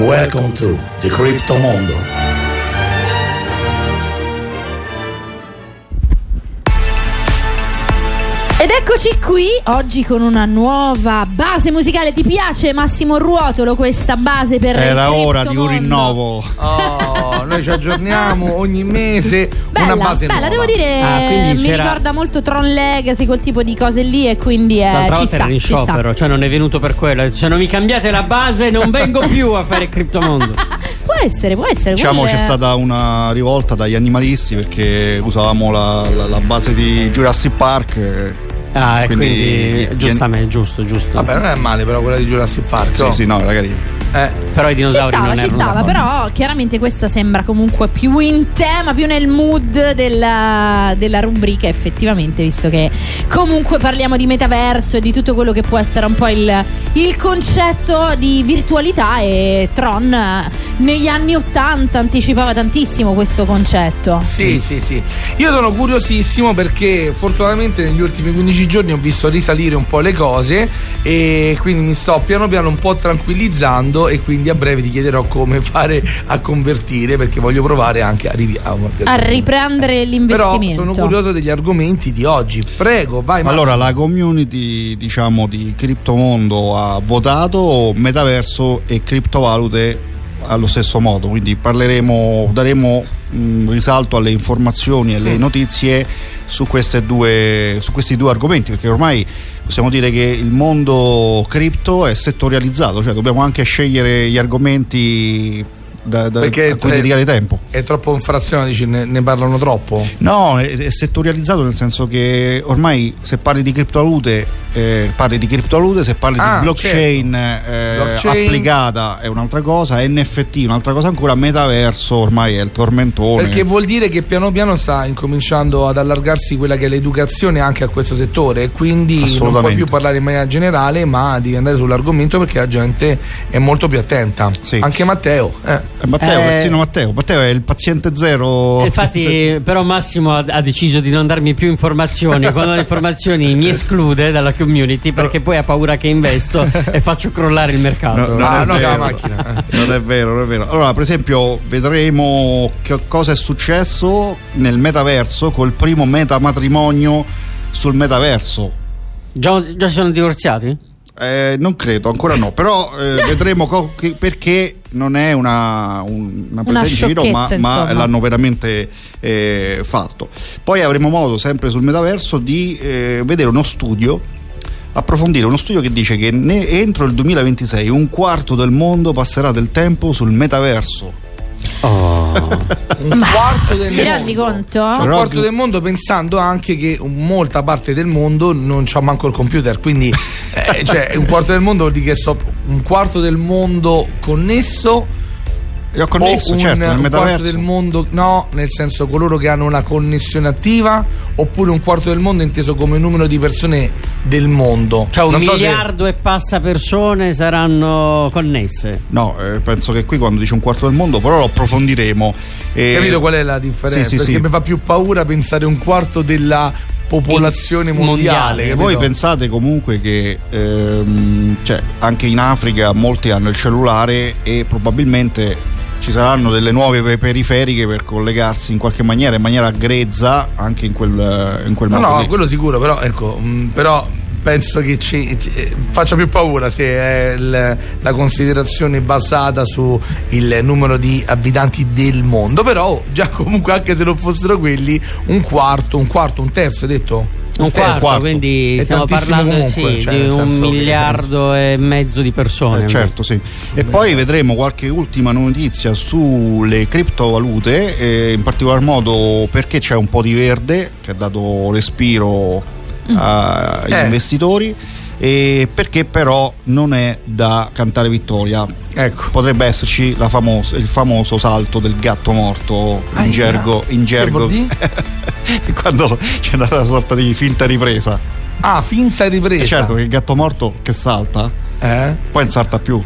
Welcome to the Crypto Mondo. Ed eccoci qui oggi con una nuova base musicale. Ti piace, Massimo Ruotolo, questa base per Era il ora di un rinnovo. Noi ci aggiorniamo ogni mese. Bella, una base bella, nuova. devo dire, mi c'era... ricorda molto Tron Legacy, quel tipo di cose lì, e quindi l'altra ci volta sta, era in ci sta. sciopero, cioè non è venuto per quello. Se non mi cambiate la base non vengo più a fare Criptomondo. Può essere. Diciamo quelle... c'è stata una rivolta dagli animalisti perché usavamo la base di Jurassic Park. E quindi giustamente, giusto. Vabbè, non è male però quella di Jurassic Park. Sì, no, era carino. Però i dinosauri ci stava, però chiaramente questa sembra comunque più in tema, più nel mood della rubrica, effettivamente, visto che comunque parliamo di metaverso e di tutto quello che può essere un po' il concetto di virtualità, e Tron negli anni 80 anticipava tantissimo questo concetto. Sì. Io sono curiosissimo perché fortunatamente negli ultimi 15 giorni ho visto risalire un po' le cose e quindi mi sto piano piano un po' tranquillizzando, e quindi a breve ti chiederò come fare a convertire, perché voglio provare anche a riprendere l'investimento. Però sono curioso degli argomenti di oggi. Prego, vai Massimo. Allora, la community, diciamo, di Criptomondo ha votato metaverso e criptovalute allo stesso modo, quindi daremo risalto alle informazioni e alle notizie su questi due argomenti, perché ormai possiamo dire che il mondo cripto è settorializzato, cioè dobbiamo anche scegliere gli argomenti a cui dedicare tempo. È troppo in frazione, dici, ne parlano troppo? No, è settorializzato nel senso che ormai se parli di criptovalute parli di criptovalute, se parli di blockchain, applicata è un'altra cosa, NFT un'altra cosa ancora, metaverso ormai è il tormentone. Perché vuol dire che piano piano sta incominciando ad allargarsi quella che è l'educazione anche a questo settore, e quindi non puoi più parlare in maniera generale, ma devi andare sull'argomento perché la gente è molto più attenta. Sì. Anche Matteo. Persino Matteo è il paziente zero. Infatti però Massimo ha deciso di non darmi più informazioni. Quando le informazioni mi esclude dalla community, perché poi ha paura che investo e faccio crollare il mercato. La macchina. Non è vero. Allora, per esempio, vedremo che cosa è successo nel metaverso col primo metamatrimonio sul metaverso. Già si sono divorziati? Non credo, ancora no, però vedremo perché non è una presa in giro, ma l'hanno veramente fatto. Poi avremo modo, sempre sul metaverso, di vedere approfondire uno studio che dice che entro il 2026 un quarto del mondo passerà del tempo sul metaverso. Un quarto del mondo. Ti rendi conto? Un quarto del mondo, pensando anche che molta parte del mondo non c'ha manco il computer, quindi cioè un quarto del mondo vuol dire che un quarto del mondo connesso. Nel metaverso. Quarto del mondo, no, nel senso coloro che hanno una connessione attiva, oppure un quarto del mondo inteso come numero di persone del mondo. Cioè un miliardo e passa persone saranno connesse. No, penso che qui quando dice un quarto del mondo, però lo approfondiremo. Capito qual è la differenza? Sì, perché mi fa più paura pensare un quarto della popolazione mondiale. Voi pensate comunque che cioè, anche in Africa molti hanno il cellulare e probabilmente ci saranno delle nuove periferiche per collegarsi in qualche maniera, in maniera grezza, anche in quel modo. No, quello sicuro, però ecco, però penso che faccia più paura se è la considerazione basata su il numero di abitanti del mondo. Però già comunque, anche se non fossero quelli, un quarto, un terzo, hai detto? Un quarto, quindi stiamo parlando comunque, di 1,5 miliardi di persone. Certo, sì. E poi vedremo qualche ultima notizia sulle criptovalute, in particolar modo perché c'è un po' di verde che ha dato respiro agli investitori, e perché però non è da cantare vittoria. Ecco. Potrebbe esserci il famoso salto del gatto morto in gergo. Che vuol dire? Quando c'è una sorta di finta ripresa. Finta ripresa. Certo, che il gatto morto che salta Poi non salta più.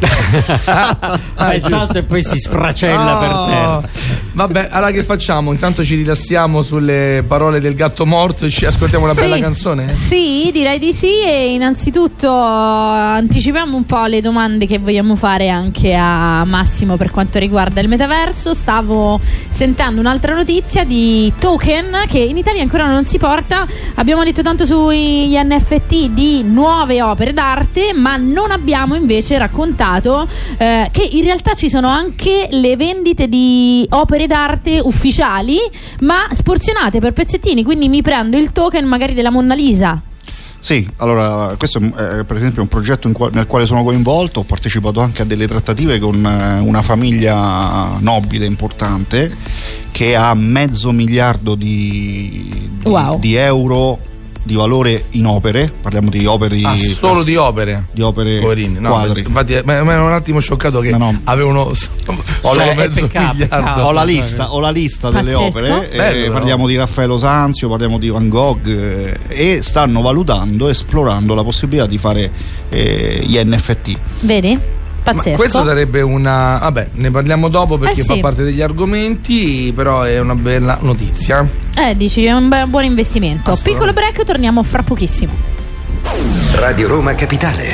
Fa il salto e poi si sfracella per terra. Vabbè, allora che facciamo? Intanto ci rilassiamo sulle parole del gatto morto e ci ascoltiamo una bella canzone? Sì, direi di sì. E innanzitutto anticipiamo un po' le domande che vogliamo fare anche a Massimo per quanto riguarda il metaverso. Stavo sentendo un'altra notizia di Token che in Italia ancora non si porta. Abbiamo detto tanto sugli NFT di nuove opere d'arte, ma non abbiamo invece raccontato che in realtà ci sono anche le vendite di opere d'arte ufficiali ma sporzionate per pezzettini, quindi mi prendo il token magari della Monna Lisa. Sì, allora questo è per esempio un progetto nel quale sono coinvolto. Ho partecipato anche a delle trattative con una famiglia nobile importante che ha $500 miliardi di euro di valore in opere. Parliamo di opere solo di opere poverini, quadri. Infatti mi ero un attimo scioccato che avevano solo mezzo miliardo. Ho la lista delle opere, parliamo di Raffaello Sanzio, parliamo di Van Gogh, e stanno valutando, esplorando la possibilità di fare gli NFT. Vedi? Pazzesco. Ma questo sarebbe una... Vabbè, ne parliamo dopo perché fa parte degli argomenti, però è una bella notizia. Dici, è un buon investimento. Piccolo break, torniamo fra pochissimo. Radio Roma Capitale.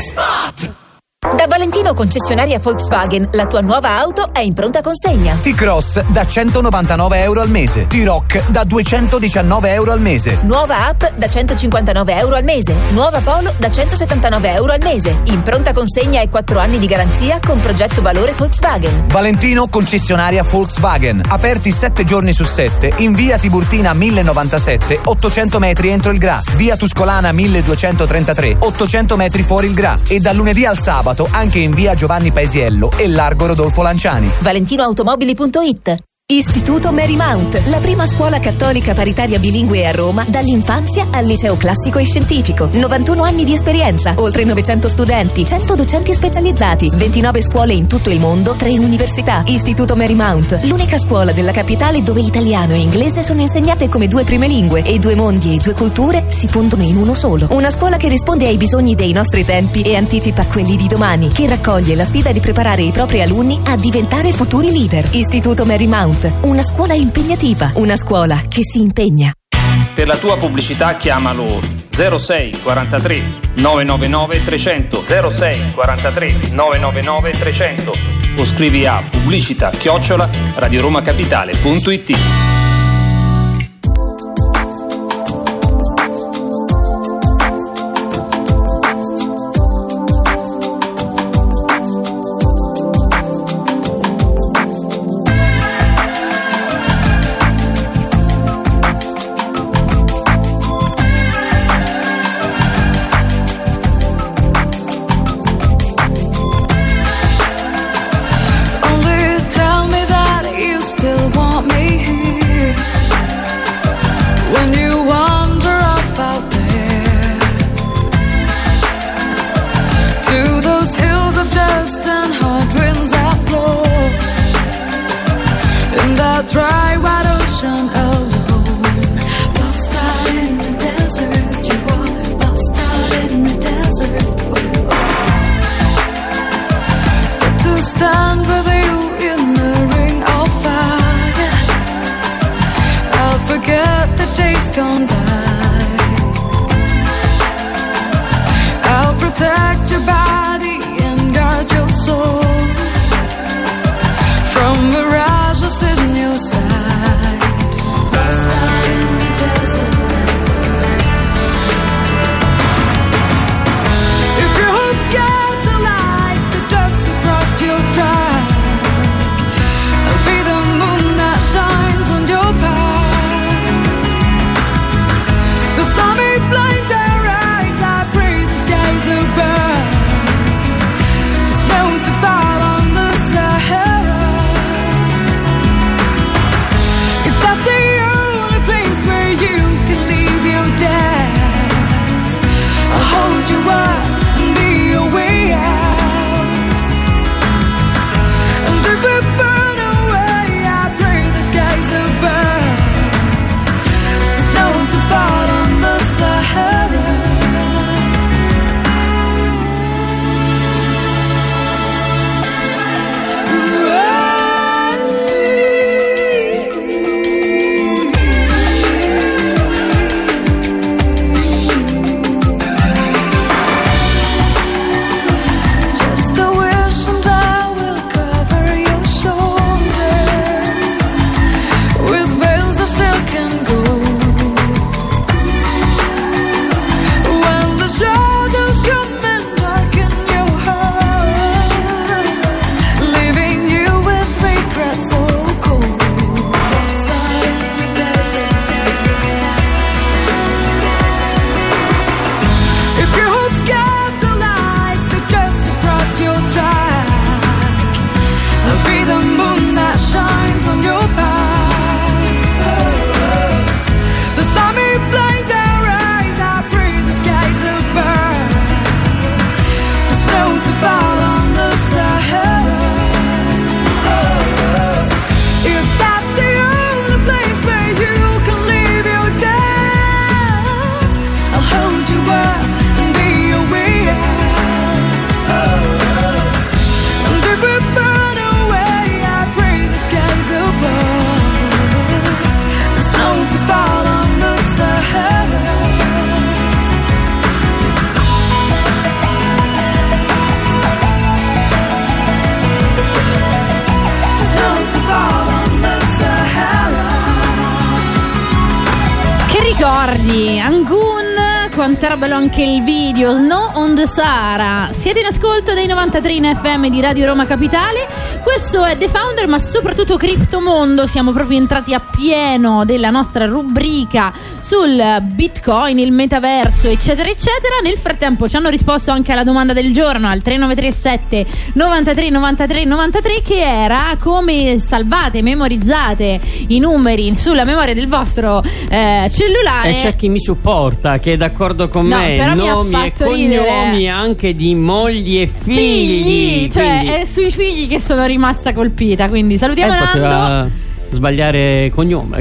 Da Valentino concessionaria Volkswagen, la tua nuova auto è in pronta consegna. T-Cross da €199 al mese. T-Rock da €219 al mese. Nuova app da €159 al mese. Nuova Polo da €179 al mese. In pronta consegna e 4 anni di garanzia con progetto valore Volkswagen. Valentino concessionaria Volkswagen. Aperti 7 giorni su 7 in via Tiburtina 1097, 800 metri entro il Gra. Via Tuscolana 1233, 800 metri fuori il Gra. E dal lunedì al sabato anche in via Giovanni Paesiello e largo Rodolfo Lanciani. ValentinoAutomobili.it. Istituto Marymount, la prima scuola cattolica paritaria bilingue a Roma dall'infanzia al liceo classico e scientifico. 91 anni di esperienza, oltre 900 studenti, 100 docenti specializzati, 29 scuole in tutto il mondo, 3 università. Istituto Marymount, l'unica scuola della capitale dove italiano e inglese sono insegnate come 2 prime lingue e i 2 mondi e i 2 culture si fondono in uno solo. Una scuola che risponde ai bisogni dei nostri tempi e anticipa quelli di domani, che raccoglie la sfida di preparare i propri alunni a diventare futuri leader. Istituto Marymount, una scuola impegnativa, una scuola che si impegna. Per la tua pubblicità chiamalo 06 43 999 300 06 43 999 300 o scrivi a pubblicità@radioromacapitale.it. Dry white ocean alone, lost out in the desert. You are lost out in the desert. But to stand with you in the ring of fire, I'll forget the days gone by. I'll protect your body and guard your soul from mirages in your side. ricordi? Angun, quant'era bello anche il video, Snow on the Sahara. Siete in ascolto dei 93 in FM di Radio Roma Capitale. Questo è The Founder, ma soprattutto Criptomondo. Siamo proprio entrati a pieno della nostra rubrica sul Bitcoin, il metaverso, eccetera eccetera. Nel frattempo ci hanno risposto anche alla domanda del giorno al 3937 93 93 93, che era: come salvate, memorizzate i numeri sulla memoria del vostro cellulare. E c'è chi mi supporta, che è d'accordo con me. Nomi e cognomi anche di mogli e figli. Cioè quindi... è sui figli che sono rimasta colpita. Quindi salutiamo Nando. Poteva sbagliare cognome.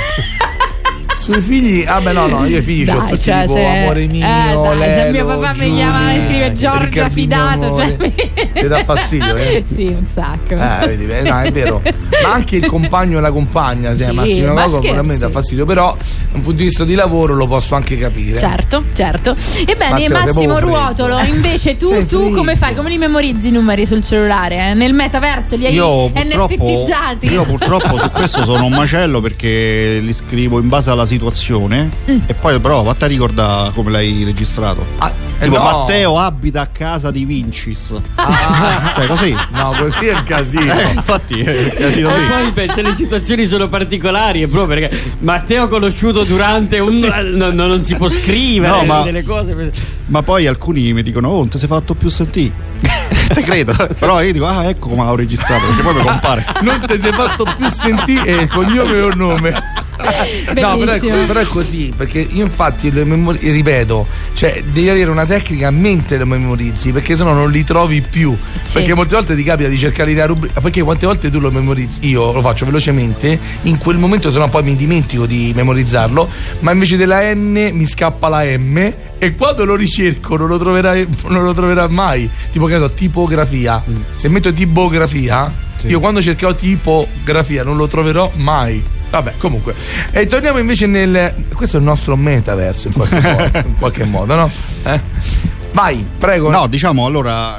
Sui figli, no, io i figli ho tutti, tipo amore mio, se mio papà mi chiama e scrive Giorgio Affidato, ti dà fastidio, Sì, un sacco. Vedi, no, è vero. Ma anche il compagno e la compagna, sì, Massimo Coco, veramente dà fastidio, però da un punto di vista di lavoro lo posso anche capire. Certo. Ebbene, Massimo Ruotolo, invece tu come fai? Come li memorizzi i numeri sul cellulare? Nel metaverso li hai NFTizzati? Io purtroppo su questo sono un macello, perché li scrivo in base alla situazione e poi però vatti a ricordare come l'hai registrato. Tipo Matteo abita a casa di Vincis. Cioè così. No, così è un casino. Infatti è casino sì. Poi se le situazioni sono particolari è proprio perché Matteo conosciuto durante un non si può scrivere delle cose. Ma poi alcuni mi dicono: non ti sei fatto più sentire. Te credo. Però io dico: ecco come ho registrato, perché poi mi compare. Non ti sei fatto più sentire cognome o nome. No, però è così, perché io infatti ripeto, cioè devi avere una tecnica mentre lo memorizzi, perché sennò non li trovi più. Perché molte volte ti capita di cercare la rubrica, perché quante volte tu lo memorizzi, io lo faccio velocemente in quel momento, sennò poi mi dimentico di memorizzarlo, ma invece della N mi scappa la M e quando lo ricerco non lo troverà mai. Tipo che ne so, tipografia. Se metto tipografia, io quando cercherò tipografia non lo troverò mai. Vabbè, comunque. E torniamo invece questo è il nostro metaverso in qualche modo, no? Vai, prego. No, diciamo, allora,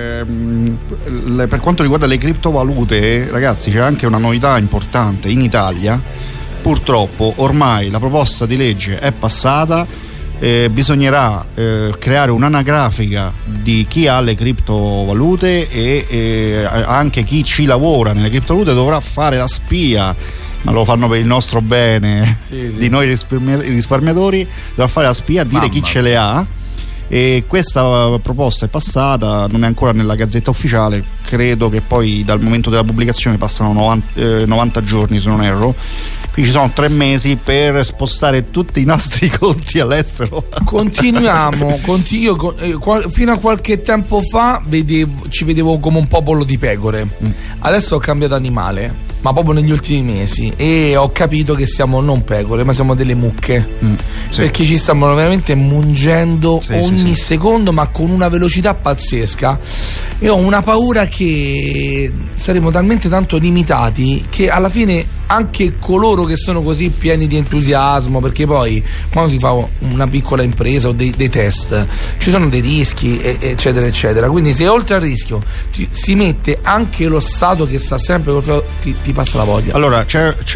per quanto riguarda le criptovalute, ragazzi, c'è anche una novità importante in Italia. Purtroppo ormai la proposta di legge è passata. Bisognerà creare un'anagrafica di chi ha le criptovalute e anche chi ci lavora nelle criptovalute dovrà fare la spia, ma lo fanno per il nostro bene, di noi risparmiatori, dovrà fare la spia a dire chi ce le ha. E questa proposta è passata, non è ancora nella Gazzetta Ufficiale, credo che poi dal momento della pubblicazione passano 90 giorni se non erro. Qui ci sono 3 mesi per spostare tutti i nostri conti all'estero. Continuiamo. Fino a qualche tempo fa ci vedevo come un popolo di pecore. Adesso ho cambiato animale, ma proprio negli ultimi mesi, e ho capito che siamo non pecore, ma siamo delle mucche. Perché ci stanno veramente mungendo ogni secondo, ma con una velocità pazzesca. E ho una paura che saremo talmente tanto limitati che alla fine anche coloro che sono così pieni di entusiasmo, perché poi quando si fa una piccola impresa o dei test ci sono dei rischi eccetera eccetera, quindi se oltre al rischio si mette anche lo Stato che sta sempre ti passa la voglia. Allora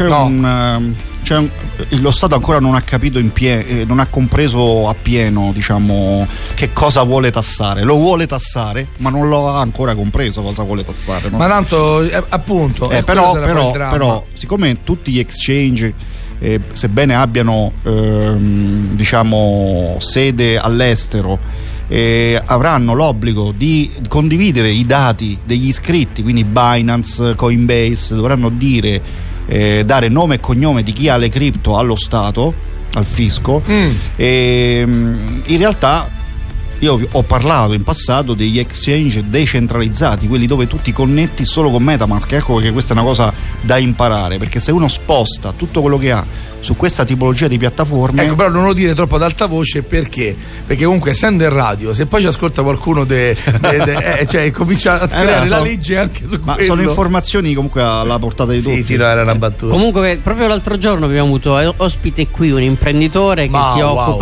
lo Stato ancora non ha capito non ha compreso appieno, diciamo, che cosa vuole tassare. Lo vuole tassare, ma non lo ha ancora compreso cosa vuole tassare, no? Ma tanto appunto però siccome tutti gli exchange sebbene abbiano diciamo sede all'estero, avranno l'obbligo di condividere i dati degli iscritti, quindi Binance, Coinbase dovranno dare nome e cognome di chi ha le cripto allo Stato, al fisco. E in realtà io ho parlato in passato degli exchange decentralizzati, quelli dove tu ti connetti solo con MetaMask. Ecco perché questa è una cosa da imparare, perché se uno sposta tutto quello che ha su questa tipologia di piattaforme. Ecco, però non lo dire troppo ad alta voce, perché comunque essendo in radio, se poi ci ascolta qualcuno cioè comincia a creare la legge anche su ma quello. Sono informazioni comunque alla portata di tutti. Sì, no, era una battuta. Comunque proprio l'altro giorno abbiamo avuto ospite qui un imprenditore che si occupa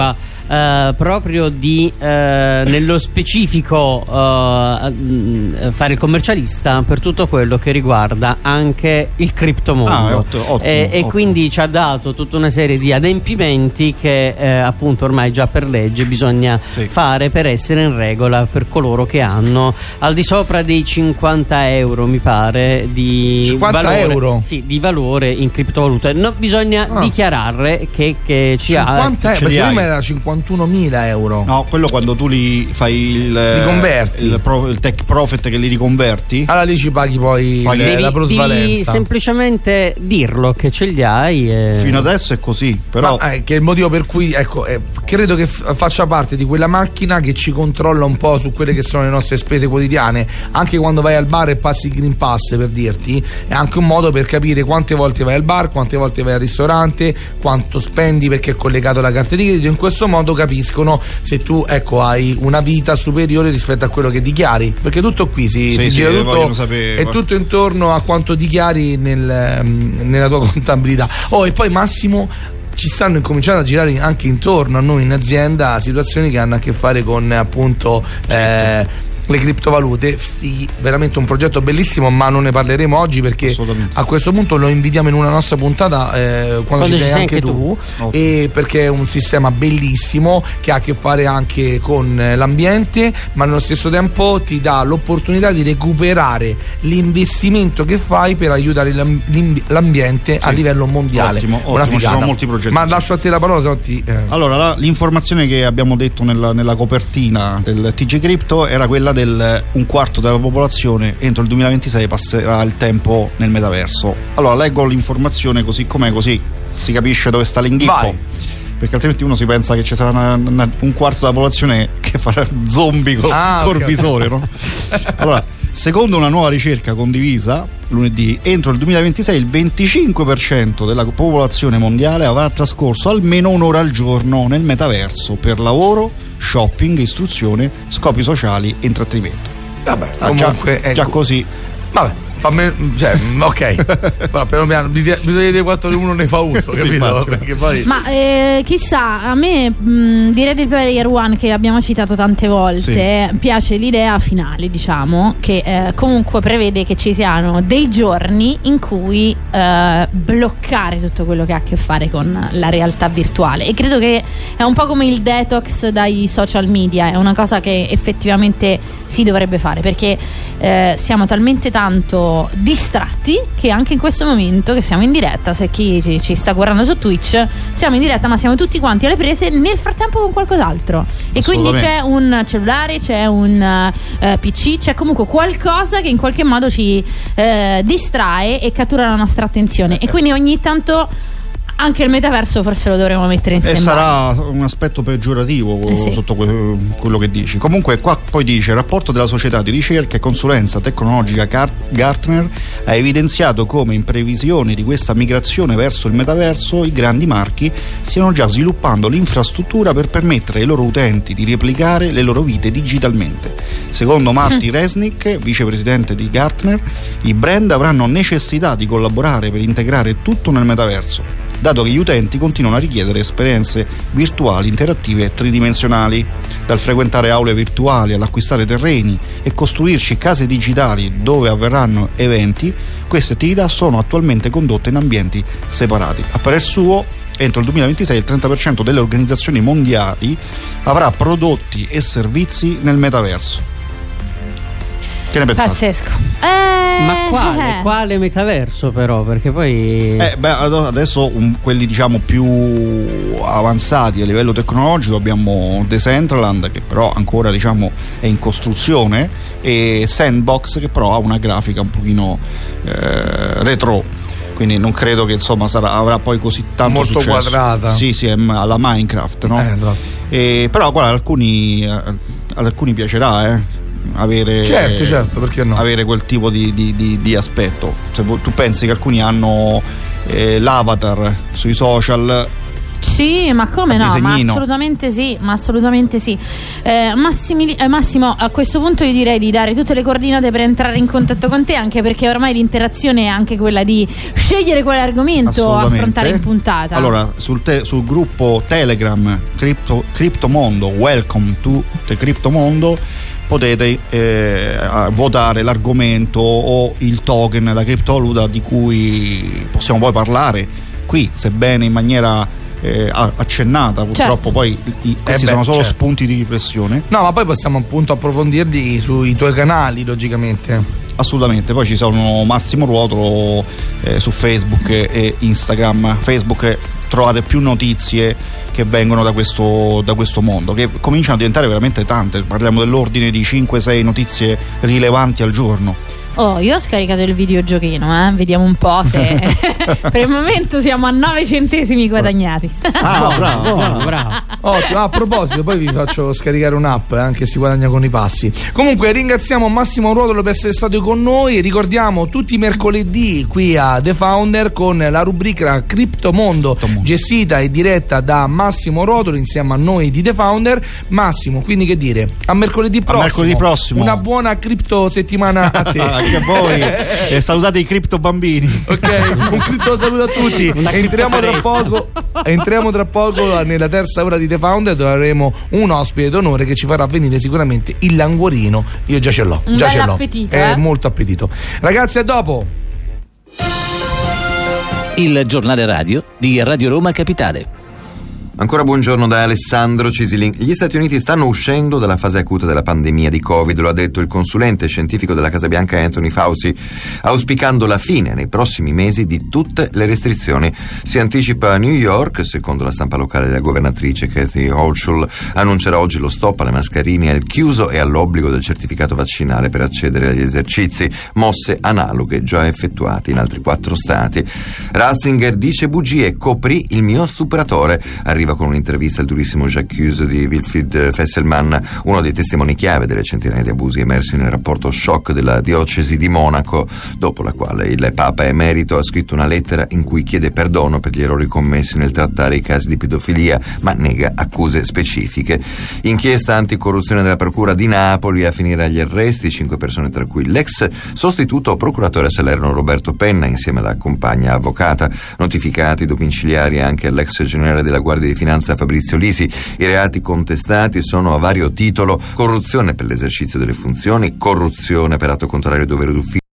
proprio di nello specifico fare il commercialista per tutto quello che riguarda anche il criptomondo. Ottimo. Quindi ci ha dato tutta una serie di adempimenti che appunto ormai già per legge bisogna fare per essere in regola per coloro che hanno al di sopra dei 50 euro, mi pare, di 50 valore, euro? sì, di valore in criptovalute. No, bisogna dichiarare che ci 50 ha. Perché prima era 51.000 euro. No, quello quando tu li fai li converti, il take profit che li riconverti, allora lì ci paghi poi la plusvalenza. Devi semplicemente dirlo che ce li hai. Fino adesso è così, però che è il motivo per cui credo che faccia parte di quella macchina che ci controlla un po' su quelle che sono le nostre spese quotidiane. Anche quando vai al bar e passi il Green Pass, per dirti, è anche un modo per capire quante volte vai al bar, quante volte vai al ristorante, quanto spendi perché è collegato alla carta di credito. In questo modo capiscono se tu hai una vita superiore rispetto a quello che dichiari, perché tutto qui si gira tutto, è tutto intorno a quanto dichiari nella tua contabilità. E poi Massimo, ci stanno incominciando a girare anche intorno a noi in azienda situazioni che hanno a che fare con appunto le criptovalute. Veramente un progetto bellissimo, ma non ne parleremo oggi perché a questo punto lo invitiamo in una nostra puntata quando ci sei anche tu. E perché è un sistema bellissimo che ha a che fare anche con l'ambiente, ma nello stesso tempo ti dà l'opportunità di recuperare l'investimento che fai per aiutare l'ambiente a livello mondiale. Ottimo, ci sono molti progetti. Ma lascio a te la parola, Allora, l'informazione che abbiamo detto nella copertina del TG Crypto era quella del un quarto della popolazione entro il 2026 passerà il tempo nel metaverso. Allora leggo l'informazione così com'è, così si capisce dove sta l'inghippo, perché altrimenti uno si pensa che ci sarà un quarto della popolazione che farà zombie col visore, no? Allora, secondo una nuova ricerca condivisa lunedì, entro il 2026 il 25% della popolazione mondiale avrà trascorso almeno un'ora al giorno nel metaverso per lavoro, shopping, istruzione, scopi sociali e intrattenimento. Vabbè, comunque già così. Vabbè, ok. Però piano piano bisogna dire quanto uno ne fa uso, capito? Perché poi... Ma chissà, a me di Ready Player One, che abbiamo citato tante volte, piace l'idea finale, diciamo, che comunque prevede che ci siano dei giorni in cui bloccare tutto quello che ha a che fare con la realtà virtuale, e credo che è un po' come il detox dai social media, è una cosa che effettivamente si dovrebbe fare, perché siamo talmente tanto distratti che anche in questo momento che siamo in diretta, se chi ci sta guardando su Twitch, siamo in diretta ma siamo tutti quanti alle prese nel frattempo con qualcos'altro, e quindi c'è un cellulare, c'è un PC, c'è comunque qualcosa che in qualche modo ci distrae e cattura la nostra attenzione, e quindi ogni tanto anche il metaverso forse lo dovremo mettere in stand-by. E sarà un aspetto peggiorativo sotto quello che dici. Comunque qua poi dice: il rapporto della società di ricerca e consulenza tecnologica Gartner ha evidenziato come in previsione di questa migrazione verso il metaverso i grandi marchi stiano già sviluppando l'infrastruttura per permettere ai loro utenti di replicare le loro vite digitalmente. Secondo Marty Resnick, vicepresidente di Gartner, i brand avranno necessità di collaborare per integrare tutto nel metaverso, dato che gli utenti continuano a richiedere esperienze virtuali, interattive e tridimensionali. Dal frequentare aule virtuali all'acquistare terreni e costruirci case digitali dove avverranno eventi, queste attività sono attualmente condotte in ambienti separati. A parer suo, entro il 2026 il 30% delle organizzazioni mondiali avrà prodotti e servizi nel metaverso. Che ne pensate? Pazzesco. Ma quale metaverso però? Perché poi adesso quelli diciamo più avanzati a livello tecnologico abbiamo Decentraland, che però ancora diciamo è in costruzione, e Sandbox, che però ha una grafica un pochino retro, quindi non credo che insomma avrà poi così tanto molto successo. Quadrata. Sì, è alla Minecraft, no? Esatto. Però ad alcuni piacerà avere, certo, perché no? Avere quel tipo di aspetto. Se tu pensi che alcuni hanno l'avatar sui social Sì, ma come no? Ma assolutamente sì, Massimo, a questo punto io direi di dare tutte le coordinate per entrare in contatto con te, anche perché ormai l'interazione è anche quella di scegliere quale argomento affrontare in puntata. Allora, sul gruppo Telegram Criptomondo, Welcome to the Criptomondo, potete votare l'argomento o il token, la criptovaluta di cui possiamo poi parlare qui, sebbene in maniera accennata, purtroppo. Poi questi sono solo spunti di riflessione. No, ma poi possiamo appunto approfondirli sui tuoi canali, logicamente. Assolutamente. Poi ci sono Massimo Ruotolo su Facebook e Instagram. Facebook trovate più notizie che vengono da questo mondo, che cominciano a diventare veramente tante. Parliamo dell'ordine di 5-6 notizie rilevanti al giorno. Io ho scaricato il videogiochino, vediamo un po' se per il momento siamo a 9 centesimi guadagnati. Bravo. Ottimo. A proposito, poi vi faccio scaricare un'app che si guadagna con i passi. Comunque ringraziamo Massimo Ruotolo per essere stato con noi. Ricordiamo tutti i mercoledì qui a The Founder con la rubrica Criptomondo, gestita e diretta da Massimo Ruotolo insieme a noi di The Founder. Massimo, quindi che dire, a mercoledì prossimo. Una buona cripto settimana a te. Anche a voi. Salutate i cripto bambini. Ok, un cripto saluto a tutti. Entriamo tra poco nella terza ora di The Founder, dove avremo un ospite d'onore che ci farà venire sicuramente il languorino. Io già ce l'ho. Appetito, molto appetito. Ragazzi, a dopo. Il giornale radio di Radio Roma Capitale. Ancora buongiorno da Alessandro Cisilin. Gli Stati Uniti stanno uscendo dalla fase acuta della pandemia di Covid, lo ha detto il consulente scientifico della Casa Bianca Anthony Fauci, auspicando la fine nei prossimi mesi di tutte le restrizioni. Si anticipa a New York, secondo la stampa locale, la governatrice Kathy Hochul annuncerà oggi lo stop alle mascherine, al chiuso e all'obbligo del certificato vaccinale per accedere agli esercizi, mosse analoghe già effettuate in altri 4 stati. Ratzinger dice bugie, coprì il mio stupratore. Arriva con un'intervista al durissimo J'accuse di Wilfried Fesselman, uno dei testimoni chiave delle centinaia di abusi emersi nel rapporto shock della diocesi di Monaco, dopo la quale il Papa emerito ha scritto una lettera in cui chiede perdono per gli errori commessi nel trattare i casi di pedofilia, ma nega accuse specifiche. Inchiesta anticorruzione della Procura di Napoli a finire agli arresti 5 persone, tra cui l'ex sostituto procuratore a Salerno Roberto Penna insieme alla compagna avvocata, notificati domiciliari anche all'ex generale della Guardia di Finanza Fabrizio Lisi. I reati contestati sono a vario titolo: corruzione per l'esercizio delle funzioni, corruzione per atto contrario al dovere d'ufficio,